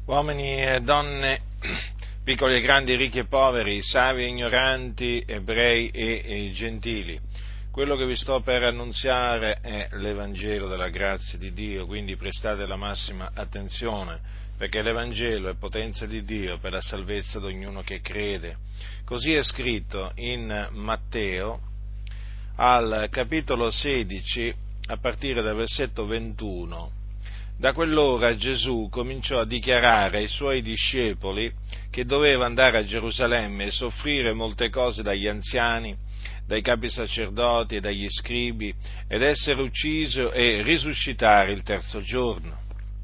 Uomini e donne, piccoli e grandi, ricchi e poveri, savi e ignoranti, ebrei e gentili. Quello che vi sto per annunziare è l'Evangelo della grazia di Dio, quindi prestate la massima attenzione, perché l'Evangelo è potenza di Dio per la salvezza di ognuno che crede. Così è scritto in Matteo, al capitolo 16, a partire dal versetto 21. Da quell'ora Gesù cominciò a dichiarare ai suoi discepoli che doveva andare a Gerusalemme e soffrire molte cose dagli anziani, dai capi sacerdoti e dagli scribi, ed essere ucciso e risuscitare il terzo giorno.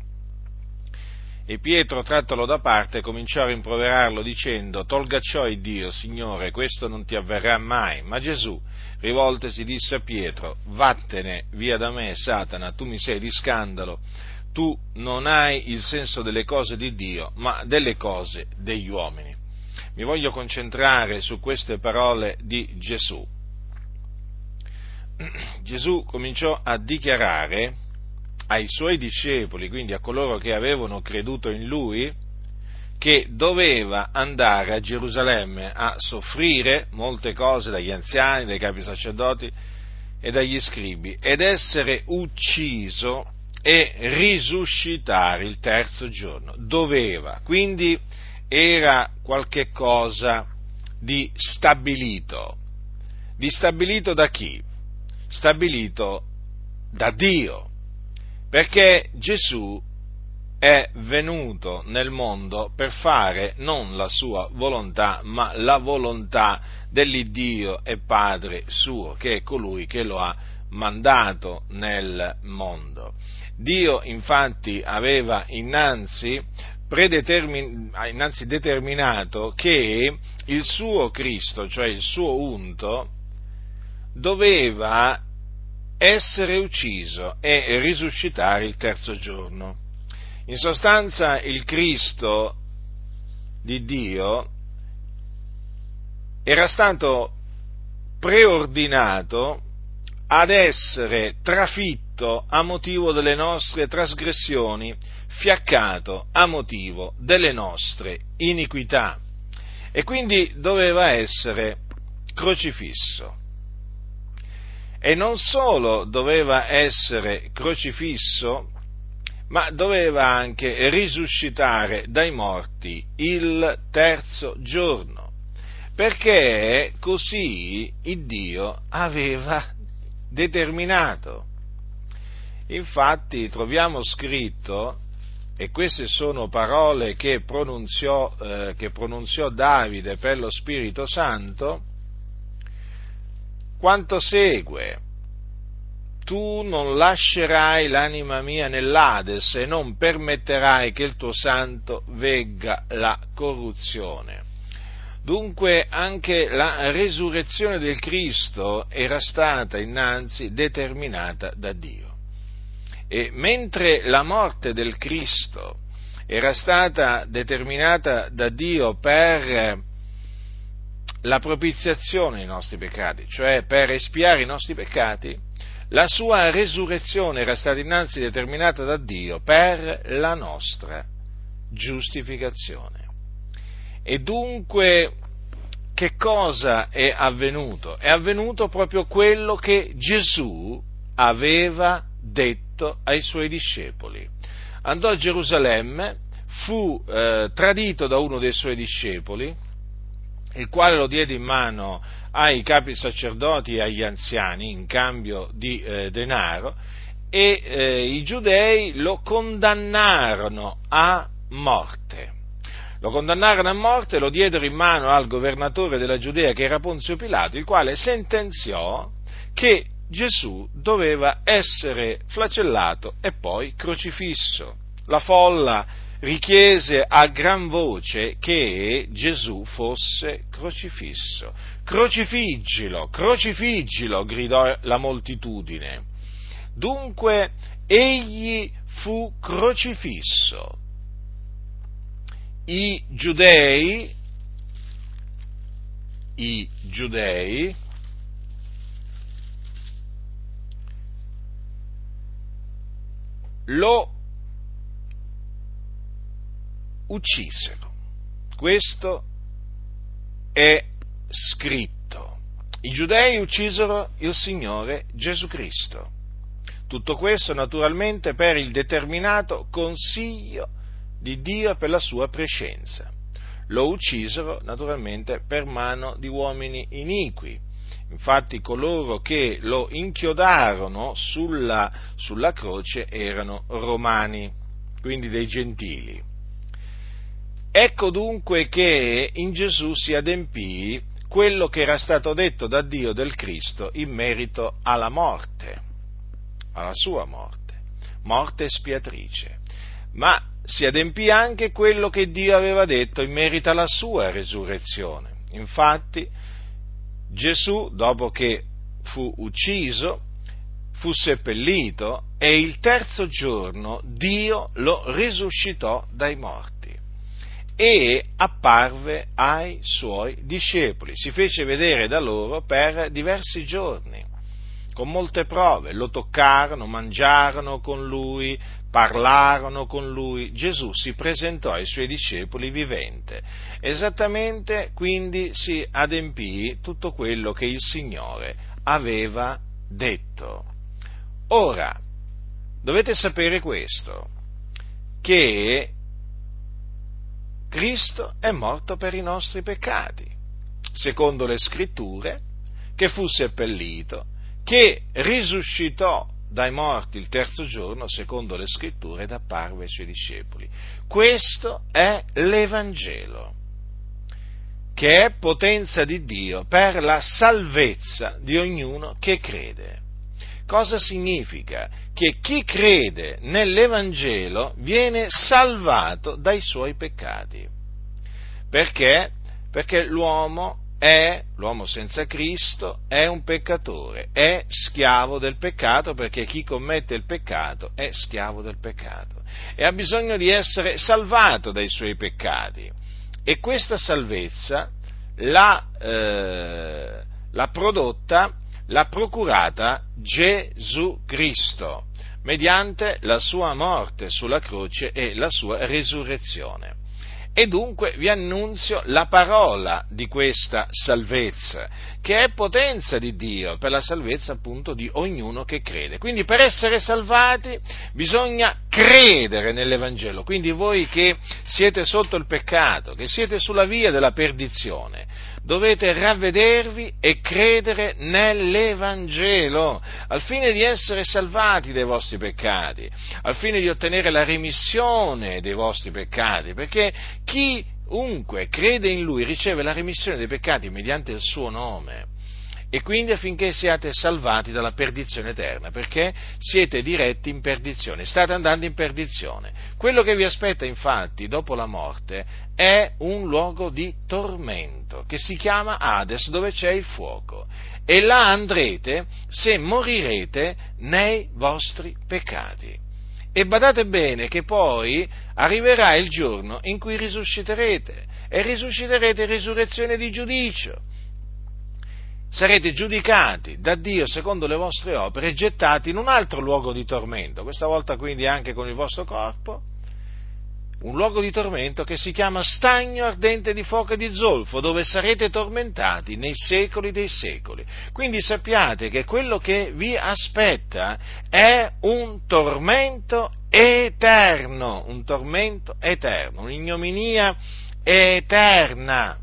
E Pietro, trattolo da parte, cominciò a rimproverarlo dicendo: «Tolga ciò Iddio, Signore, questo non ti avverrà mai». Ma Gesù, rivoltesi, disse a Pietro: «Vattene via da me, Satana, tu mi sei di scandalo. Tu non hai il senso delle cose di Dio, ma delle cose degli uomini». Mi voglio concentrare su queste parole di Gesù. Gesù cominciò a dichiarare ai suoi discepoli, quindi a coloro che avevano creduto in Lui, che doveva andare a Gerusalemme a soffrire molte cose dagli anziani, dai capi sacerdoti e dagli scribi, ed essere ucciso e risuscitare il terzo giorno. Doveva, quindi era qualche cosa di stabilito. Di stabilito da chi? Stabilito da Dio, perché Gesù è venuto nel mondo per fare non la sua volontà, ma la volontà dell'Iddio e Padre suo, che è colui che lo ha mandato nel mondo. Dio infatti aveva innanzi determinato che il suo Cristo, cioè il suo unto, doveva essere ucciso e risuscitare il terzo giorno. In sostanza, il Cristo di Dio era stato preordinato ad essere trafitto a motivo delle nostre trasgressioni, fiaccato a motivo delle nostre iniquità, e quindi doveva essere crocifisso. E non solo doveva essere crocifisso, ma doveva anche risuscitare dai morti il terzo giorno, perché così il Dio aveva determinato. Infatti troviamo scritto, e queste sono parole che pronunziò Davide per lo Spirito Santo, quanto segue: «Tu non lascerai l'anima mia nell'Ades e non permetterai che il tuo santo vegga la corruzione». Dunque anche la resurrezione del Cristo era stata innanzi determinata da Dio. E mentre la morte del Cristo era stata determinata da Dio per la propiziazione dei nostri peccati, cioè per espiare i nostri peccati, la sua resurrezione era stata innanzi determinata da Dio per la nostra giustificazione. E dunque che cosa è avvenuto? È avvenuto proprio quello che Gesù aveva detto ai suoi discepoli. Andò a Gerusalemme, fu tradito da uno dei suoi discepoli, il quale lo diede in mano ai capi sacerdoti e agli anziani in cambio di denaro, e i giudei lo condannarono a morte. Lo condannarono a morte e lo diedero in mano al governatore della Giudea, che era Ponzio Pilato, il quale sentenziò che Gesù doveva essere flagellato e poi crocifisso. La folla richiese a gran voce che Gesù fosse crocifisso. «Crocifiggilo, crocifiggilo!» gridò la moltitudine. Dunque egli fu crocifisso. I giudei lo uccisero. Questo è scritto. I giudei uccisero il Signore Gesù Cristo. Tutto questo naturalmente per il determinato consiglio di Dio e per la sua prescienza. Lo uccisero naturalmente per mano di uomini iniqui. Infatti coloro che lo inchiodarono sulla croce erano romani, quindi dei gentili. Ecco dunque che in Gesù si adempì quello che era stato detto da Dio del Cristo in merito alla morte, alla sua morte espiatrice, ma si adempì anche quello che Dio aveva detto in merito alla sua resurrezione. Infatti Gesù, dopo che fu ucciso, fu seppellito e il terzo giorno Dio lo risuscitò dai morti e apparve ai suoi discepoli, si fece vedere da loro per diversi giorni, con molte prove, lo toccarono, mangiarono con lui, parlarono con lui. Gesù si presentò ai suoi discepoli vivente. Esattamente quindi si adempì tutto quello che il Signore aveva detto. Ora, dovete sapere questo, che Cristo è morto per i nostri peccati, secondo le Scritture, che fu seppellito, che risuscitò dai morti il terzo giorno, secondo le Scritture, ed apparve ai suoi discepoli. Questo è l'Evangelo, che è potenza di Dio per la salvezza di ognuno che crede. Cosa significa? Che chi crede nell'Evangelo viene salvato dai suoi peccati. Perché? Perché l'uomo senza Cristo è un peccatore, è schiavo del peccato, perché chi commette il peccato è schiavo del peccato e ha bisogno di essere salvato dai suoi peccati. E questa salvezza l'ha procurata Gesù Cristo mediante la sua morte sulla croce e la sua risurrezione. E dunque vi annunzio la parola di questa salvezza, che è potenza di Dio per la salvezza appunto di ognuno che crede. Quindi per essere salvati bisogna credere nell'Evangelo. Quindi voi che siete sotto il peccato, che siete sulla via della perdizione, dovete ravvedervi e credere nell'Evangelo, al fine di essere salvati dai vostri peccati, al fine di ottenere la remissione dei vostri peccati, perché chiunque crede in Lui riceve la remissione dei peccati mediante il suo nome. E quindi affinché siate salvati dalla perdizione eterna, perché siete diretti in perdizione, state andando in perdizione. Quello che vi aspetta infatti dopo la morte è un luogo di tormento, che si chiama Hades, dove c'è il fuoco, e là andrete se morirete nei vostri peccati. E badate bene che poi arriverà il giorno in cui risusciterete, e risusciterete in risurrezione di giudicio. Sarete giudicati da Dio secondo le vostre opere e gettati in un altro luogo di tormento, questa volta quindi anche con il vostro corpo, un luogo di tormento che si chiama stagno ardente di fuoco e di zolfo, dove sarete tormentati nei secoli dei secoli. Quindi sappiate che quello che vi aspetta è un tormento eterno, un'ignominia eterna.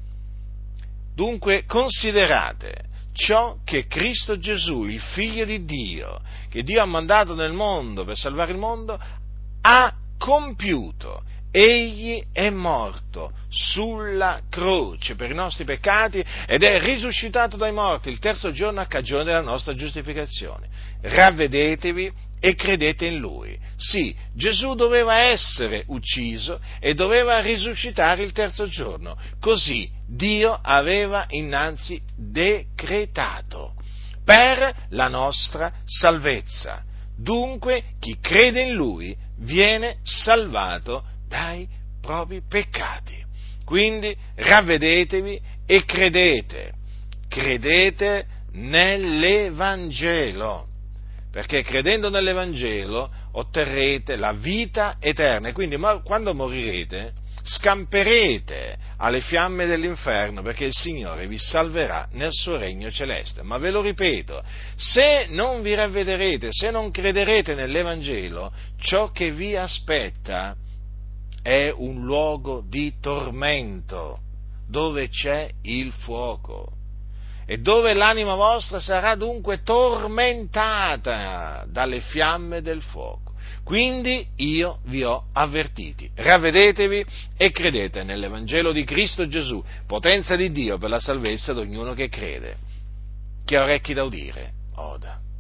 Dunque considerate ciò che Cristo Gesù, il Figlio di Dio, che Dio ha mandato nel mondo per salvare il mondo, ha compiuto. Egli è morto sulla croce per i nostri peccati ed è risuscitato dai morti il terzo giorno a cagione della nostra giustificazione. Ravvedetevi e credete in Lui. Sì, Gesù doveva essere ucciso e doveva risuscitare il terzo giorno. Così Dio aveva innanzi decretato per la nostra salvezza. Dunque, chi crede in Lui viene salvato dai propri peccati. Quindi ravvedetevi e credete nell'Evangelo, perché credendo nell'Evangelo otterrete la vita eterna, e quindi quando morirete scamperete alle fiamme dell'inferno, perché il Signore vi salverà nel suo regno celeste. Ma ve lo ripeto, se non vi ravvederete, se non crederete nell'Evangelo, ciò che vi aspetta è un luogo di tormento, dove c'è il fuoco, e dove l'anima vostra sarà dunque tormentata dalle fiamme del fuoco. Quindi io vi ho avvertiti, ravvedetevi e credete nell'Evangelo di Cristo Gesù, potenza di Dio per la salvezza di ognuno che crede. Chi ha orecchi da udire, oda.